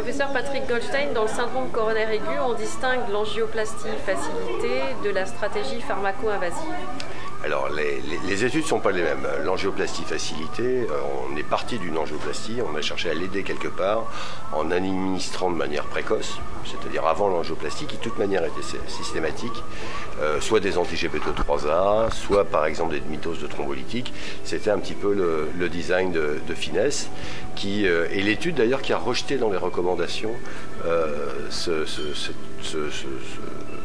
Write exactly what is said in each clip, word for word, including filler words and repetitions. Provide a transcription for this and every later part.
Professeur Patrick Goldstein, dans le syndrome coronaire aigu, on distingue l'angioplastie facilitée de la stratégie pharmaco-invasive. Alors, les, les, les études ne sont pas les mêmes. L'angioplastie facilitée, euh, on est parti d'une angioplastie, on a cherché à l'aider quelque part en administrant de manière précoce, c'est-à-dire avant l'angioplastie, qui de toute manière était systématique, euh, soit des anti-G P T trois A, soit par exemple des mitoses de thrombolytiques. C'était un petit peu le, le design de, de Finesse, qui, euh, et l'étude d'ailleurs qui a rejeté dans les recommandations euh, ce, ce, ce, ce, ce, ce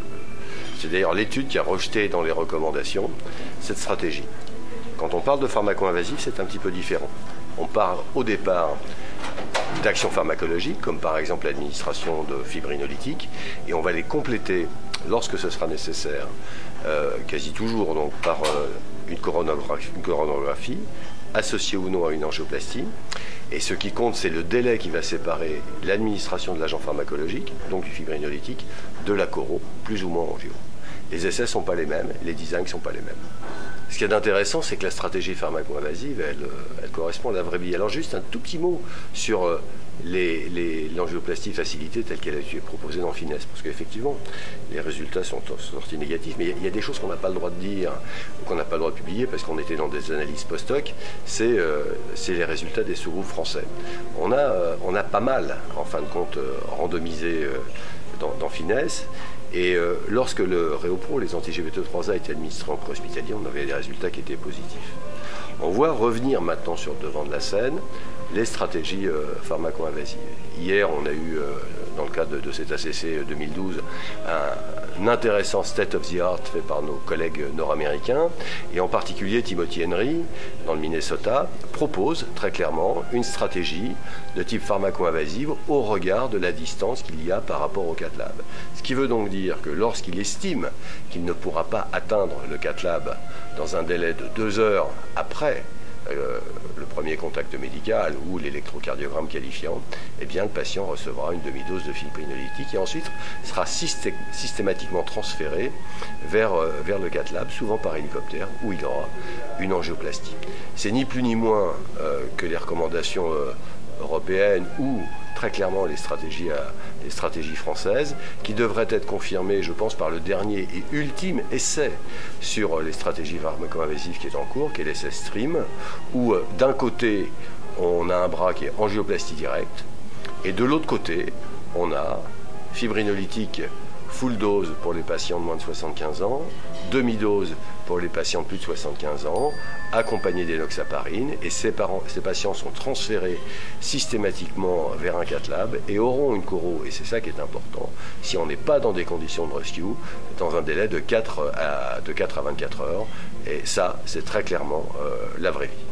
C'est d'ailleurs l'étude qui a rejeté dans les recommandations cette stratégie. Quand on parle de pharmaco-invasif, c'est un petit peu différent. On parle au départ d'actions pharmacologiques, comme par exemple l'administration de fibrinolytiques, et on va les compléter lorsque ce sera nécessaire, euh, quasi toujours donc par euh, une, coronographie, une coronographie, associée ou non à une angioplastie. Et ce qui compte, c'est le délai qui va séparer l'administration de l'agent pharmacologique, donc du fibrinolytique, de la coro, plus ou moins angio. Les essais ne sont pas les mêmes, les designs ne sont pas les mêmes. Ce qui est intéressant, c'est que la stratégie pharmaco-invasive, elle, elle correspond à la vraie vie. Alors juste un tout petit mot sur les, les, l'angioplastie facilitée telle qu'elle a été proposée dans Finesse, parce qu'effectivement, les résultats sont sortis négatifs, mais il y a des choses qu'on n'a pas le droit de dire, qu'on n'a pas le droit de publier, parce qu'on était dans des analyses post-hoc, c'est euh, les résultats des sous-groupes français. On a, euh, on a pas mal, en fin de compte, euh, randomisé euh, dans, dans Finesse. Et euh, lorsque le Réopro, les anti-G P T trois A étaient administrés en préhospitalier, on avait des résultats qui étaient positifs. On voit revenir maintenant sur le devant de la scène les stratégies euh, pharmaco-invasives. Hier, on a eu, euh, dans le cadre de, de cet A C C deux mille douze, un, un intéressant state of the art fait par nos collègues nord-américains, et en particulier Timothy Henry, dans le Minnesota, propose très clairement une stratégie de type pharmaco-invasive au regard de la distance qu'il y a par rapport au cath lab. Ce qui veut donc dire que lorsqu'il estime qu'il ne pourra pas atteindre le cath lab dans un délai de deux heures après Euh, le premier contact médical ou l'électrocardiogramme qualifiant, eh bien le patient recevra une demi-dose de fibrinolytique et ensuite sera systé systématiquement transféré vers, euh, vers le cath lab, souvent par hélicoptère, où il aura une angioplastie. C'est ni plus ni moins euh, que les recommandations euh, européennes ou très clairement les stratégies, à, les stratégies françaises, qui devraient être confirmées, je pense, par le dernier et ultime essai sur les stratégies pharmaco-invasives qui est en cours, qui est l'essai STREAM, où euh, d'un côté, on a un bras qui est angioplastie directe, et de l'autre côté, on a fibrinolytique full dose pour les patients de moins de soixante-quinze ans, demi-dose pour les patients de plus de soixante-quinze ans, accompagnés d'énoxaparine, et ces, parents, ces patients sont transférés systématiquement vers un cath lab et auront une coro, et c'est ça qui est important, si on n'est pas dans des conditions de rescue, dans un délai de quatre à vingt-quatre heures, et ça, c'est très clairement euh, la vraie vie.